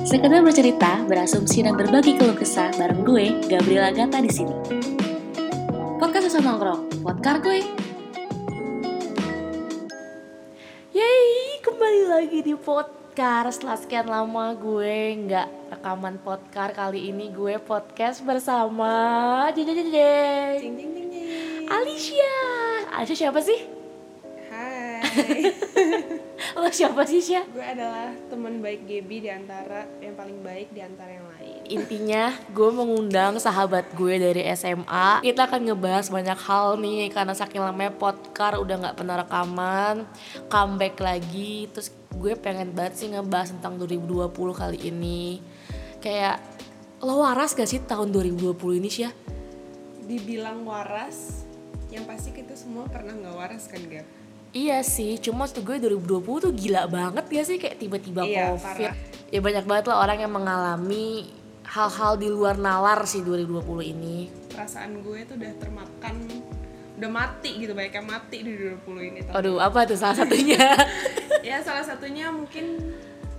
Sekedar bercerita, berasumsi dan berbagi keluh kesah bareng gue, Gabriela Gata di sini. Podcast Sesama Nongkrong, podcast gue. Yeay, kembali lagi di podcast. Setelah sekian lama gue nggak rekaman podcast, kali ini gue podcast bersama Ding ding ding. Alicia siapa sih? Hai. Lo siapa sih, Sya? Gue adalah teman baik Gaby di antara yang paling baik di antara yang lain. Intinya gue mengundang sahabat gue dari SMA. Kita akan ngebahas banyak hal nih, karena saking lamanya podcast udah gak pernah rekaman, comeback lagi. Terus gue pengen banget sih ngebahas tentang 2020 kali ini. Kayak lo waras gak sih tahun 2020 ini, Sya? Dibilang waras, yang pasti kita semua pernah gak waras kan, Gab? Iya sih, cuma maksud gue 2020 tuh gila banget gak sih? Kayak tiba-tiba COVID parah. Ya banyak banget lah orang yang mengalami hal-hal di luar nalar sih 2020 ini. Perasaan gue tuh udah termakan, udah mati gitu, banyak yang mati di 2020 ini. Aduh, apa tuh salah satunya? Ya salah satunya mungkin,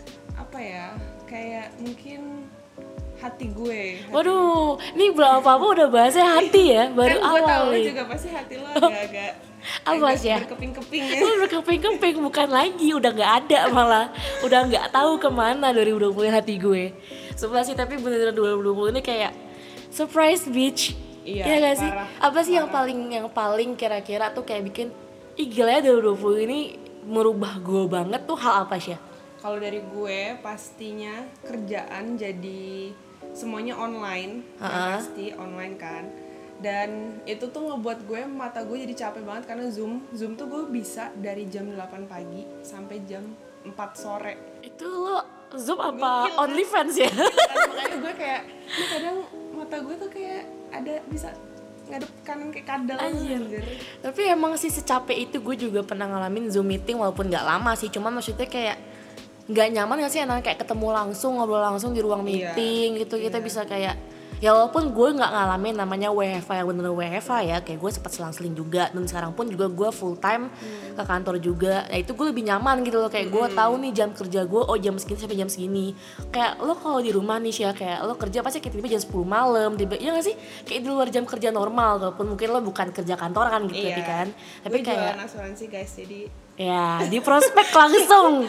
apa ya, kayak mungkin hati gue. Waduh, ini belum apa-apa udah bahasnya hati ya, baru kan gue awal tahu nih. juga pasti hati lo agak-agak Apa sih ya? berkeping-keping ya. Lu berkeping-keping, bukan lagi, udah gak ada malah. Udah gak tahu kemana 2020 hati gue. Sebelah sih, tapi bener-bener 2020 ini kayak surprise bitch. Iya, gak sih? parah, Apa sih parah. yang paling kira-kira tuh kayak bikin ih gila ya 2020 ini merubah gue banget tuh hal apa sih ya? Kalau dari gue pastinya kerjaan jadi semuanya online, yang pasti online kan. Dan itu tuh ngebuat gue, mata gue jadi capek banget karena Zoom tuh gue bisa dari jam 8 pagi sampai jam 4 sore. Itu lo Zoom apa Gokil, kan? OnlyFans ya? Makanya gue kayak, ini kadang mata gue tuh kayak ada bisa ngadep kanan kayak kadal. Anjir. Tapi emang sih secapek itu gue juga pernah ngalamin Zoom meeting walaupun gak lama sih. Cuman maksudnya kayak gak nyaman gak sih enak kayak ketemu langsung, ngobrol langsung di ruang meeting gitu. Kita bisa kayak, ya walaupun gue gak ngalamin namanya WFH yang bener WFH ya, kayak gue sempat selang-seling juga. Dan sekarang pun juga gue full time ke kantor juga. Nah itu gue lebih nyaman gitu loh, kayak gue tahu nih jam kerja gue, oh jam segini sampai jam segini. Kayak lo kalau di rumah nih ya, kayak lo kerja pasti kayak tiba-tiba jam 10 malam, iya gak sih? Kayak di luar jam kerja normal, walaupun mungkin lo bukan kerja kantor kan gitu kan. Tapi gue kayak jualan asuransi guys, jadi ya di prospek langsung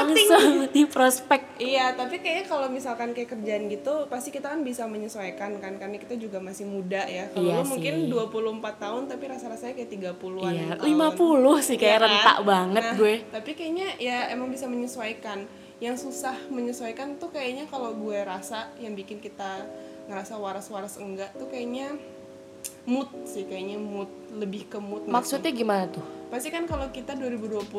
di prospek. iya, tapi kayaknya kalau misalkan kayak kerjaan gitu pasti kita kan bisa menyesuaikan kan, karena kita juga masih muda ya. Kalau Iya lo mungkin sih. 24 tahun tapi rasa-rasanya kayak 30-an Iya, tahun. 50 sih kayak Iya kan? rentak banget Nah, gue. tapi kayaknya ya emang bisa menyesuaikan. Yang susah menyesuaikan tuh kayaknya kalau gue rasa yang bikin kita ngerasa waras-waras enggak tuh kayaknya mood sih, kayaknya mood, lebih ke mood. Maksudnya gimana tuh? Pasti kan kalau kita 2020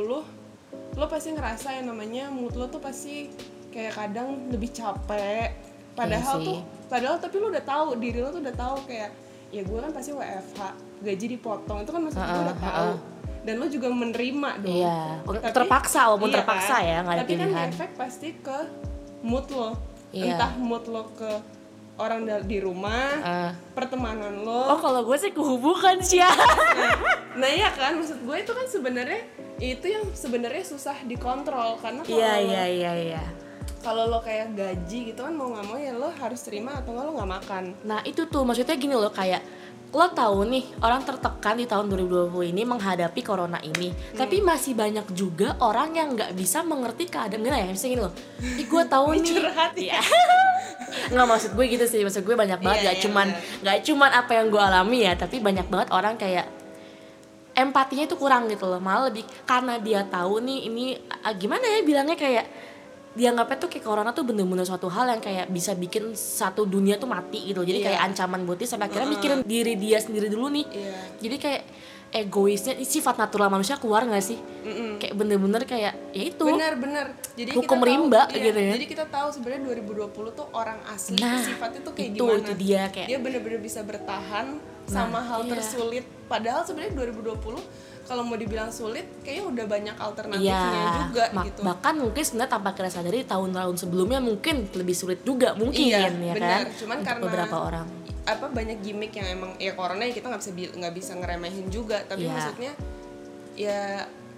lo pasti ngerasa yang namanya mood lo tuh pasti kayak kadang lebih capek, padahal Iya sih. tapi lo udah tahu, diri lo tuh udah tahu kayak ya gue kan pasti WFH, gaji dipotong, itu kan maksud gue udah tahu. Dan lo juga menerima dong. Iya, Tapi- terpaksa walaupun iya terpaksa kan? ya, nggak ada tapi pilihan. kan efek pasti ke mood lo. Iya. Entah mood lo ke orang di rumah, pertemanan lo. Oh kalau gue sih kehubungan sih ya. Nah ya kan, maksud gue itu kan sebenarnya itu yang sebenarnya susah dikontrol, karena kalau Iya. kalau lo kayak gaji gitu kan mau nggak mau ya lo harus terima atau nggak lo nggak makan. Nah itu tuh maksudnya gini loh, kayak lo tahu nih orang tertekan di tahun 2020 ini menghadapi corona ini, tapi masih banyak juga orang yang nggak bisa mengerti keadaan. Gimana ya, misalnya gini loh, gue tahu nih Curhat ya. nggak, maksud gue gitu sih, maksud gue banyak banget, Iya, nggak cuman apa yang gue alami ya, tapi banyak banget orang kayak empatinya itu kurang gitu loh, malah lebih karena dia tahu nih ini gimana ya bilangnya, kayak dianggapnya tuh kayak corona tuh bener-bener suatu hal yang kayak bisa bikin satu dunia tuh mati gitu. Jadi kayak ancaman buat dia, sampai akhirnya mikirin diri dia sendiri dulu nih. Jadi kayak egoisnya, sifat natural manusia keluar nggak sih? Kayak bener-bener kayak ya itu Benar. Jadi hukum kita tahu, rimba gitu ya. Jadi kita tahu sebenarnya 2020 tuh orang asli Nah, sifatnya tuh kayak itu gimana. dia kayak dia bener-bener bisa bertahan sama hal tersulit. Padahal sebenarnya 2020 kalau mau dibilang sulit, kayaknya udah banyak alternatifnya juga gitu. Bahkan mungkin sebenarnya tanpa kita sadari tahun-tahun sebelumnya mungkin lebih sulit juga mungkin ya bener. kan. Cuman untuk karena beberapa orang banyak gimmick yang emang ya corona ya kita nggak bisa ngeremehin juga, tapi maksudnya ya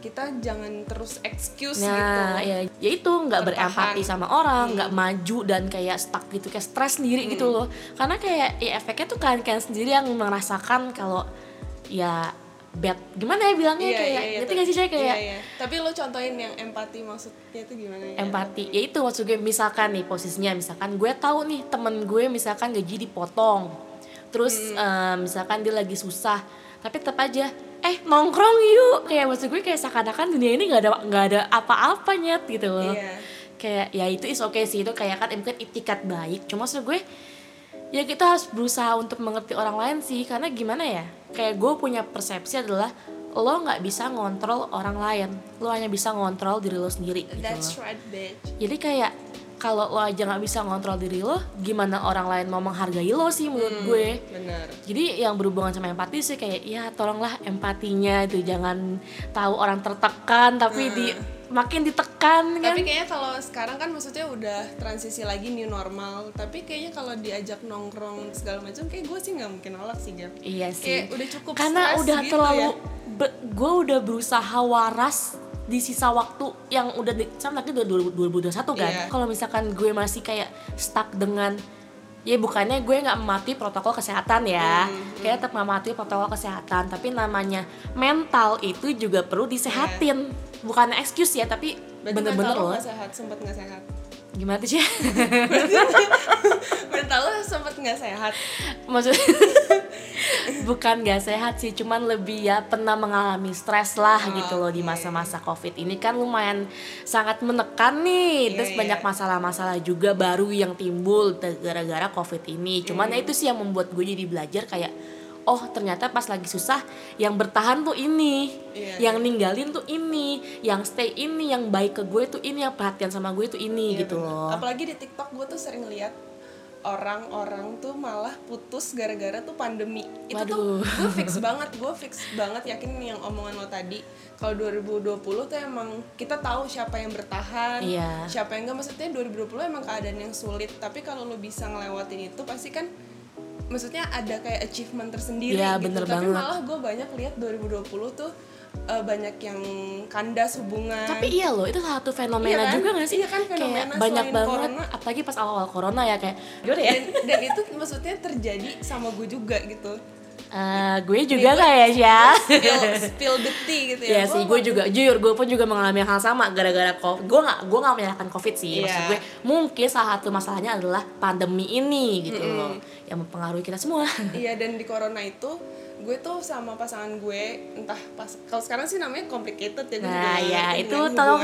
kita jangan terus excuse nah, gitu. ya itu nggak Bertahan. berempati sama orang, nggak maju dan kayak stuck gitu, kayak stres sendiri gitu loh. Karena kayak ya efeknya tuh kalian sendiri yang merasakan kalau ya bad, gimana ya bilangnya, kayak ngerti gak sih saya kayak Tapi lo contohin yang empati maksudnya itu gimana ya? empati, ya itu maksud gue, misalkan nih posisinya, misalkan gue tahu nih temen gue misalkan gaji dipotong, terus misalkan dia lagi susah, tapi tetap aja nongkrong yuk, kayak maksud gue kayak seakan-akan dunia ini nggak ada apa-apanya gitu loh. Kayak ya itu is okay sih, itu kayak kan mungkin itikat baik, cuma maksud gue ya kita harus berusaha untuk mengerti orang lain sih, karena gimana ya, kayak gue punya persepsi adalah lo nggak bisa ngontrol orang lain, lo hanya bisa ngontrol diri lo sendiri gitu. That's right, bitch. Jadi kayak kalau lo aja nggak bisa ngontrol diri lo, gimana orang lain mau menghargai lo sih menurut gue. Benar. Jadi yang berhubungan sama empati sih kayak ya tolonglah empatinya itu, jangan tahu orang tertekan tapi makin ditekan kan. Tapi kayaknya kalau sekarang kan maksudnya udah transisi lagi new normal, tapi kayaknya kalau diajak nongkrong segala macam kayak gue sih nggak mungkin nolak sih, Gap. Iya sih. Kayak udah cukup karena stress udah gitu terlalu ya. Gue udah berusaha waras di sisa waktu yang udah sama lagi 2021 kan. Kalau misalkan gue masih kayak stuck dengan ya bukannya gue nggak mematuhi protokol kesehatan ya, kayak tetap mematuhi protokol kesehatan, tapi namanya mental itu juga perlu disehatin, bukan excuse ya, tapi bener-bener loh. Nggak sehat, sempet nggak sehat. Gimana tuh sih? Mental lo sempet nggak sehat. Maksudnya bukan gak sehat sih, cuman lebih ya pernah mengalami stres lah gitu loh di masa-masa COVID ini kan lumayan sangat menekan nih. Terus banyak masalah-masalah juga baru yang timbul gara-gara COVID ini. Cuman ya itu sih yang membuat gue jadi belajar kayak oh ternyata pas lagi susah yang bertahan tuh ini, yang ninggalin tuh ini, yang stay ini, yang baik ke gue tuh ini, yang perhatian sama gue tuh ini gitu loh. Apalagi di TikTok gue tuh sering lihat orang-orang tuh malah putus gara-gara tuh pandemi. Itu tuh gue fix banget yakin yang omongan lo tadi. Kalau 2020 tuh emang kita tahu siapa yang bertahan, siapa yang enggak. Maksudnya 2020 emang keadaan yang sulit, tapi kalau lo bisa ngelewatin itu pasti kan maksudnya ada kayak achievement tersendiri gitu. Bener tapi banget. malah gue banyak lihat 2020 tuh banyak yang kandas hubungan. Tapi iya loh, itu salah satu fenomena juga gak sih? Iya kan, fenomena kayak banyak banget corona. apalagi pas awal-awal corona ya kayak gimana ya? Dan itu maksudnya terjadi sama gue juga gitu. Gue juga kayak ya spill the tea gitu ya. Iya sih, gue juga jujur, gue pun juga mengalami hal sama gara-gara COVID. Gue nggak menyalahkan COVID sih, maksud gue mungkin salah satu masalahnya adalah pandemi ini gitu loh, yang mempengaruhi kita semua. Iya, dan di corona itu gue tuh sama pasangan gue entah pas kalau sekarang sih namanya complicated ya. Nah ya itu tolong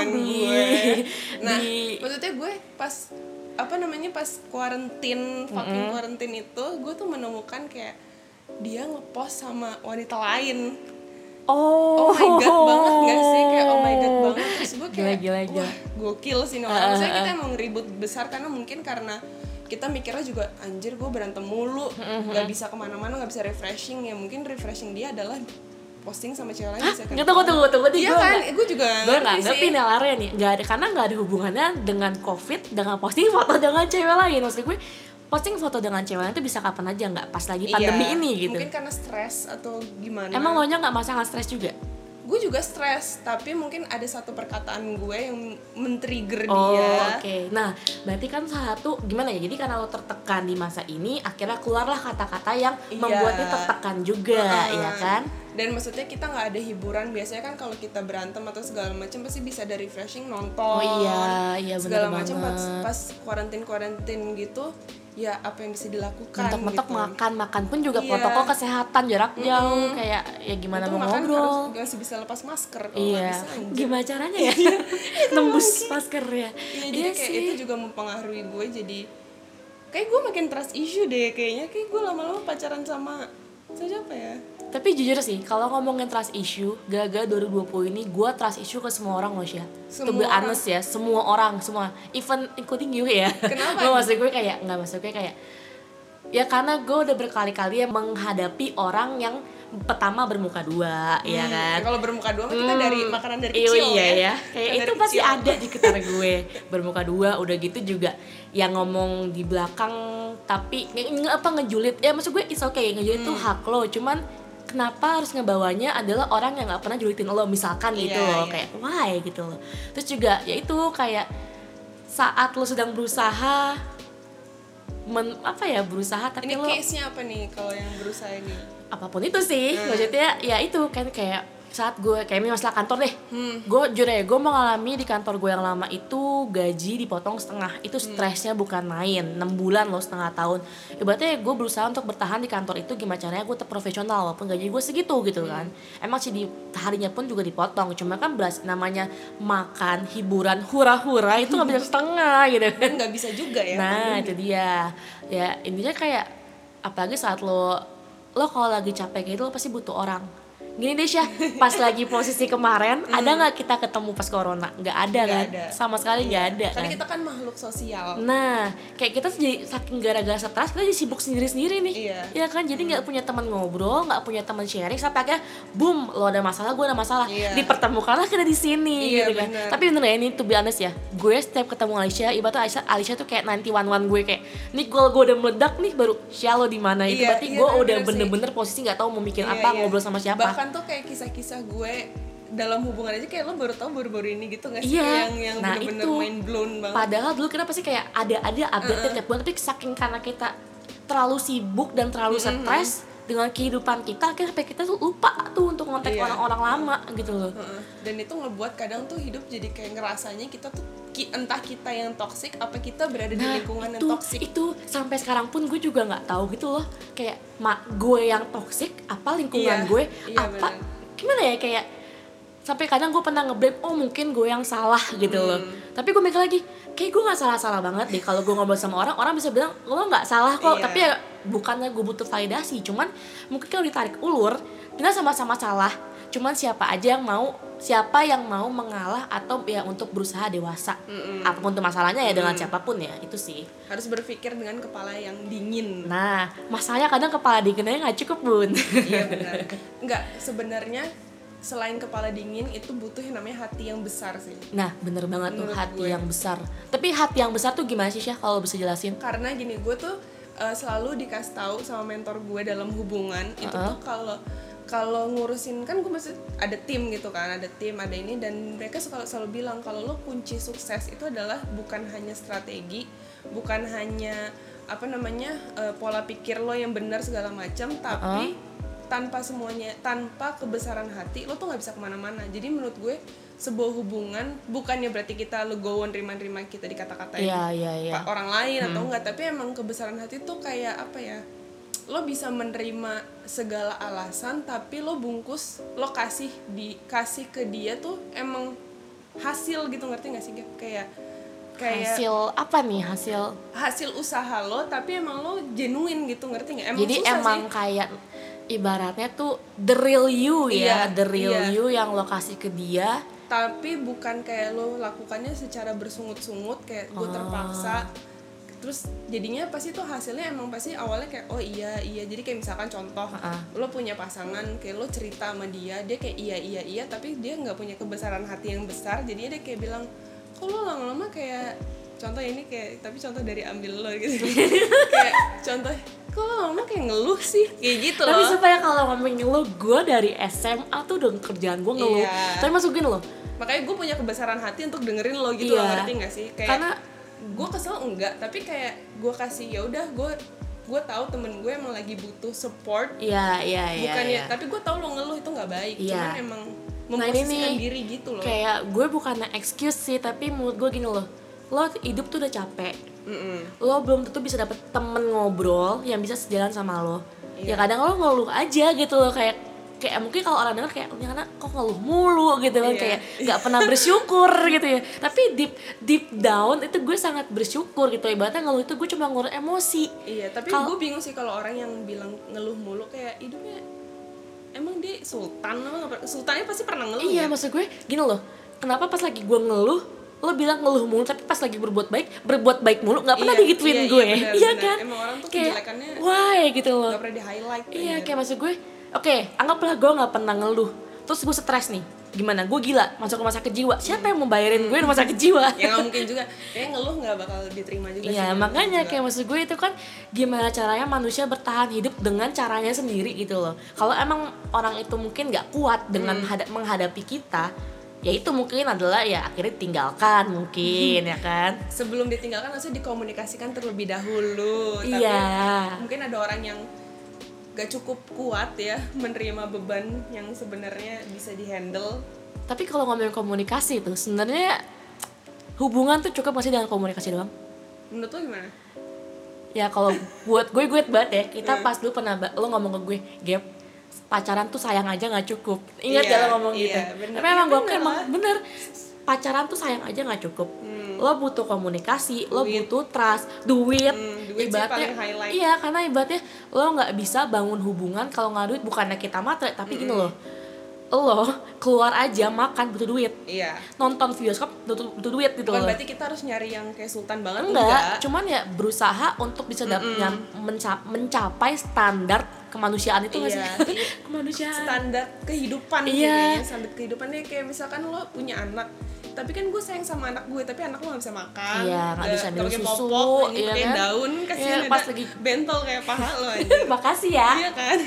maksudnya gue pas pas fucking quarantine itu gue tuh menemukan kayak dia ngepost sama wanita lain. Oh my god banget gak sih, kayak oh my god banget. Terus gue kayak gila. Wah gokil sih orang. Maksudnya kita emang ribut besar karena mungkin karena kita mikirnya juga anjir gue berantem mulu, gak bisa kemana-mana, gak bisa refreshing. Ya mungkin refreshing dia adalah posting sama cewek lain. Nggak, tunggu iya kan, gue juga nggak ngerti nalarnya nih, karena nggak ada hubungannya dengan COVID dengan posting foto dengan cewek lain. Maksud gue posting foto dengan cewek lain itu bisa kapan aja, nggak pas lagi pandemi ini gitu. Mungkin karena stres atau gimana. Emang lo nya nggak masalah stres juga? Gue juga stres, tapi mungkin ada satu perkataan gue yang men-trigger dia. Oke. Nah, berarti kan satu gimana ya? Jadi karena lo tertekan di masa ini, akhirnya keluarlah kata-kata yang membuatnya tertekan juga, ya kan? Dan maksudnya kita nggak ada hiburan. Biasanya kan kalau kita berantem atau segala macam pasti bisa ada refreshing, nonton. Iya segala macam pas kuarantin gitu. Ya apa yang bisa dilakukan mentok-mentok gitu. makan pun juga protokol kesehatan, jarak jauh, kayak ya gimana untuk mau makan ngobrol harus bisa lepas masker. Iya, gimana caranya ya nembus masker ya. Jadi kayak itu juga mempengaruhi gue, jadi kayak gue makin trust issue deh kayaknya. Kayak gue lama-lama pacaran sama siapa ya. Tapi jujur sih, kalau ngomongin trust issue, gara-gara 2020 ini gue trust issue ke semua orang loh, Syah. To be honest ya, semua orang, even including you ya. Kenapa? maksud gue kayak ya karena gue udah berkali-kali ya menghadapi orang yang pertama bermuka dua, ya kan. Kalau bermuka dua kita dari makanan dari kecil ya. Kayak itu pasti ada di sekitar gue. Bermuka dua, udah gitu juga yang ngomong di belakang tapi ngejulit. Ya maksud gue it's okay, ngejulit itu hak lo, cuman kenapa harus ngebawanya adalah orang yang nggak pernah julitin lo misalkan gitu loh, kayak why gitu loh. Terus juga ya itu kayak saat lo sedang berusaha berusaha tapi ini lo case-nya apa nih kalau yang berusaha ini? Apapun itu sih, maksudnya ya itu kan kayak saat gue kayak masalah kantor deh, gue jujur ya gue mengalami di kantor gue yang lama itu gaji dipotong setengah, itu stresnya bukan main, 6 bulan loh, setengah tahun. Ibaratnya gue berusaha untuk bertahan di kantor itu gimana caranya gue tetap profesional walaupun gaji gue segitu gitu kan. Emang sih di harinya pun juga dipotong, cuma kan namanya makan, hiburan, hura-hura itu nggak bisa setengah gitu kan. Nggak bisa juga ya. Nah itu dia, ya intinya kayak apalagi saat lo kalau lagi capek gitu lo pasti butuh orang. Gini deh Syah, pas lagi posisi kemarin ada nggak kita ketemu pas corona? Nggak ada kan? Sama sekali nggak ada karena kan? kita kan makhluk sosial. Nah, kayak kita jadi saking gara-gara stres kita jadi sibuk sendiri-sendiri nih. Iya kan? Jadi nggak punya teman ngobrol, nggak punya teman sharing, sampai akhirnya boom, lo ada masalah, gue ada masalah. Dipertemukanlah kita di sini gitu kan. Tapi bener ya ini to be honest ya, gue setiap ketemu Alicia, ibaratnya Alicia tuh kayak 91 gue kayak nih gue udah meledak nih baru Syah lo di mana itu. Berarti gue udah bener-bener posisi nggak tahu mau mikir apa, ngobrol sama siapa. Bahkan tuh kayak kisah-kisah gue dalam hubungan aja kayak lo baru tahu baru-baru ini gitu nggak sih, yang nah bener-bener itu, mind blown banget. Padahal dulu kenapa sih kayak ada update tiap bulan, tapi saking karena kita terlalu sibuk dan terlalu stres dengan kehidupan kita, akhirnya sampai kita tuh lupa tuh untuk ngontek orang-orang lama gitu loh. Dan itu ngebuat kadang tuh hidup jadi kayak ngerasanya kita tuh entah kita yang toksik apa kita berada di lingkungan yang toksik. Itu sampai sekarang pun gue juga nggak tahu gitu loh, kayak gue yang toksik apa lingkungan gue apa gimana ya, kayak sampai kadang gue pernah ngeblame mungkin gue yang salah gitu loh. Tapi gue mikir lagi kayak gue nggak salah banget deh. Kalau gue ngobrol sama orang bisa bilang lo nggak salah kok. Tapi ya bukannya gue butuh validasi, cuman mungkin kalau ditarik ulur kita sama-sama salah, cuman siapa yang mau mengalah atau ya untuk berusaha dewasa apapun tuh masalahnya ya dengan siapapun ya, itu sih harus berpikir dengan kepala yang dingin. Nah masalahnya kadang kepala dinginnya nggak cukup Bun. Iya benar. Nggak, sebenarnya selain kepala dingin itu butuh yang namanya hati yang besar sih. Nah bener banget menurut tuh hati yang besar. Tapi hati yang besar tuh gimana sih Syah kalau bisa jelasin? Karena gini, gue tuh selalu dikasih tahu sama mentor gue dalam hubungan itu tuh kalau ngurusin, kan gue masih ada tim gitu kan, ada tim, ada ini, dan mereka selalu bilang kalau lo kunci sukses itu adalah bukan hanya strategi, bukan hanya pola pikir lo yang benar segala macam, tapi tanpa kebesaran hati lo tuh nggak bisa kemana-mana. Jadi menurut gue sebuah hubungan bukannya berarti kita legowo nerima kita dikata-katain orang lain atau enggak, tapi emang kebesaran hati tuh kayak apa ya, lo bisa menerima segala alasan tapi lo bungkus, lo kasih ke dia tuh emang hasil gitu, ngerti nggak sih? Kayak hasil apa nih, hasil usaha lo tapi emang lo genuine gitu, ngerti nggak? Jadi emang sih, kayak ibaratnya tuh the real you you yang lo kasih ke dia, tapi bukan kayak lo lakukannya secara bersungut-sungut kayak gue terpaksa. Terus jadinya pasti tuh hasilnya emang pasti awalnya kayak iya. Jadi kayak misalkan contoh lo punya pasangan, kayak lo cerita sama dia kayak iya, tapi dia nggak punya kebesaran hati yang besar, jadinya dia kayak bilang kok lo lama-lama kayak contoh ini kayak, tapi contoh dari ambil lo gitu. Kayak contoh kok lo lama kayak ngeluh sih, kayak gitu loh. Tapi supaya kalau ngomongin ngeluh, gue dari SMA tuh udah kerjaan gue ngeluh. Tapi masukin lo, makanya gue punya kebesaran hati untuk dengerin lo gitu loh, ngerti nggak sih? Kayak karena gue kesel enggak, tapi kayak gue kasih ya udah, gue tahu temen gue emang lagi butuh support. Bukannya tapi gue tahu lo ngeluh itu nggak baik, cuman emang memposisikan diri gitu loh. Kayak gue bukannya excuse sih, tapi menurut gue gini loh, lo hidup tuh udah capek, lo belum tentu bisa dapet temen ngobrol yang bisa sejalan sama lo. Ya kadang lo ngeluh aja gitu loh, kayak mungkin kalau orang dengar kayak ini anak kok ngeluh mulu gitu kan, kayak nggak pernah bersyukur gitu ya. Tapi deep down itu gue sangat bersyukur gitu. Ibaratnya ngeluh itu gue cuma ngurus emosi. Iya, tapi gue bingung sih kalau orang yang bilang ngeluh mulu, kayak hidupnya emang dia sultannya pasti pernah ngeluh. Iya, maksud gue gini loh, kenapa pas lagi gue ngeluh lo bilang ngeluh mulu, tapi pas lagi berbuat baik mulu nggak pernah digituin gue. Iya kan? Emang orang tuh kayak kejelekannya why gitu loh, nggak pernah di highlight. Iya, kayak maksud gue oke, anggaplah gue nggak pernah ngeluh, terus gue stres nih gimana, gue gila masuk rumah sakit jiwa, siapa yang mau bayarin gue rumah sakit jiwa? Ya nggak mungkin juga, kayak ngeluh nggak bakal diterima juga. Iya makanya kayak maksud gue itu kan gimana caranya manusia bertahan hidup dengan caranya sendiri gitu loh. Kalau emang orang itu mungkin nggak kuat dengan menghadapi kita, ya itu mungkin adalah ya akhirnya tinggalkan mungkin ya kan. Sebelum ditinggalkan harusnya dikomunikasikan terlebih dahulu. Iya. Tapi mungkin ada orang yang gak cukup kuat ya menerima beban yang sebenarnya bisa dihandle. Tapi kalau ngomongin komunikasi tuh sebenarnya hubungan tuh cukup masih dengan komunikasi doang. Menurut lo gimana? Ya kalau buat gue banget ya, kita pas dulu pernah lo ngomong ke gue, Gap, pacaran tuh sayang aja nggak cukup. Ingat ya lo ngomong gitu. Bener. Tapi emang gue emang bener, pacaran tuh sayang aja nggak cukup. Lo butuh komunikasi, lo butuh trust, duit ibaratnya highlight. Iya, karena ibaratnya lo nggak bisa bangun hubungan kalau nggak duit. Bukannya kita matre, tapi gini loh, lo keluar aja makan butuh duit. Iya. Nonton bioskop butuh duit gitu. Bukan berarti kita harus nyari yang kayak sultan banget. Enggak, cuman ya berusaha untuk bisa mencapai standar kemanusiaan itu nggak sih? Kemanusiaan. Standar kehidupan iya. Standar kehidupannya kayak misalkan lo punya anak, tapi kan gue sayang sama anak gue, tapi anak lo nggak bisa makan. Iya, nggak bisa minum susu. Popok, iya pakai kan? daun, kasihan iya, pas lagi bentol kayak paha lo aja. Makasih ya. Iya kan.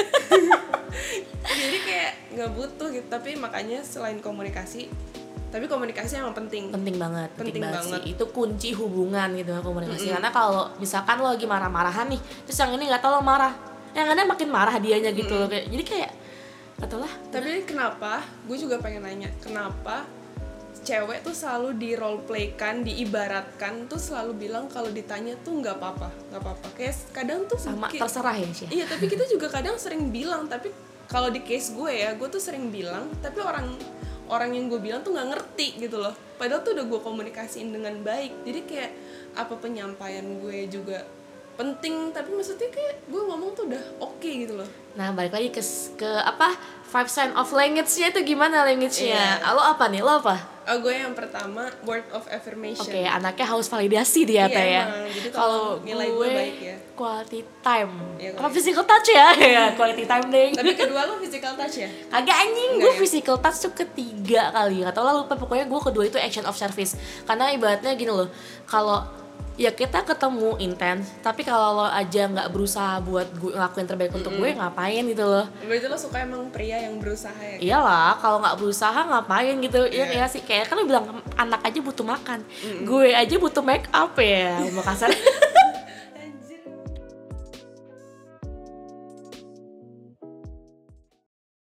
Jadi kayak nggak butuh gitu, tapi makanya selain komunikasi, tapi komunikasi emang penting banget sih. Itu kunci hubungan gitu komunikasi. Karena kalau misalkan lo lagi marah-marahan nih, terus yang ini nggak tahu lo marah, yang ada makin marah dianya gitu loh, kayak jadi kayak nggak tahu lah. Tapi kenapa gue juga pengen nanya, kenapa cewek tuh selalu di role play kan, diibaratkan tuh selalu bilang kalau ditanya tuh nggak apa-apa. Kayak kadang tuh sama terserah ya sih. Iya, tapi kita juga kadang sering bilang, tapi kalau di case gue ya, gue tuh sering bilang, tapi orang yang gue bilang tuh nggak ngerti gitu loh. Padahal tuh udah gue komunikasiin dengan baik. Jadi kayak apa penyampaian gue juga penting, tapi maksudnya kayak gue ngomong tuh udah oke gitu loh. Nah balik lagi ke apa 5 sign of language-nya itu gimana language-nya? Lo apa nih? Lo apa? Gue yang pertama word of affirmation. Oke, anaknya haus validasi dia ya. Jadi kalau nilai gue baik ya. Quality time. Ya, apa physical touch ya? Ya quality time deh. Tapi kedua lo physical touch ya? Kagak anjing, gue physical touch tuh ketiga kali. Atau lah lupa, pokoknya gue kedua itu action of service. Karena ibaratnya gini loh, kalau ya kita ketemu intens, tapi kalau lo aja nggak berusaha buat gue ngelakuin terbaik untuk gue, ngapain gitu loh. Berarti lo suka emang pria yang berusaha ya? Iyalah, kalau nggak berusaha ngapain gitu. Iya sih, kayak kan lo bilang anak aja butuh makan, gue aja butuh make up ya, mau kasar.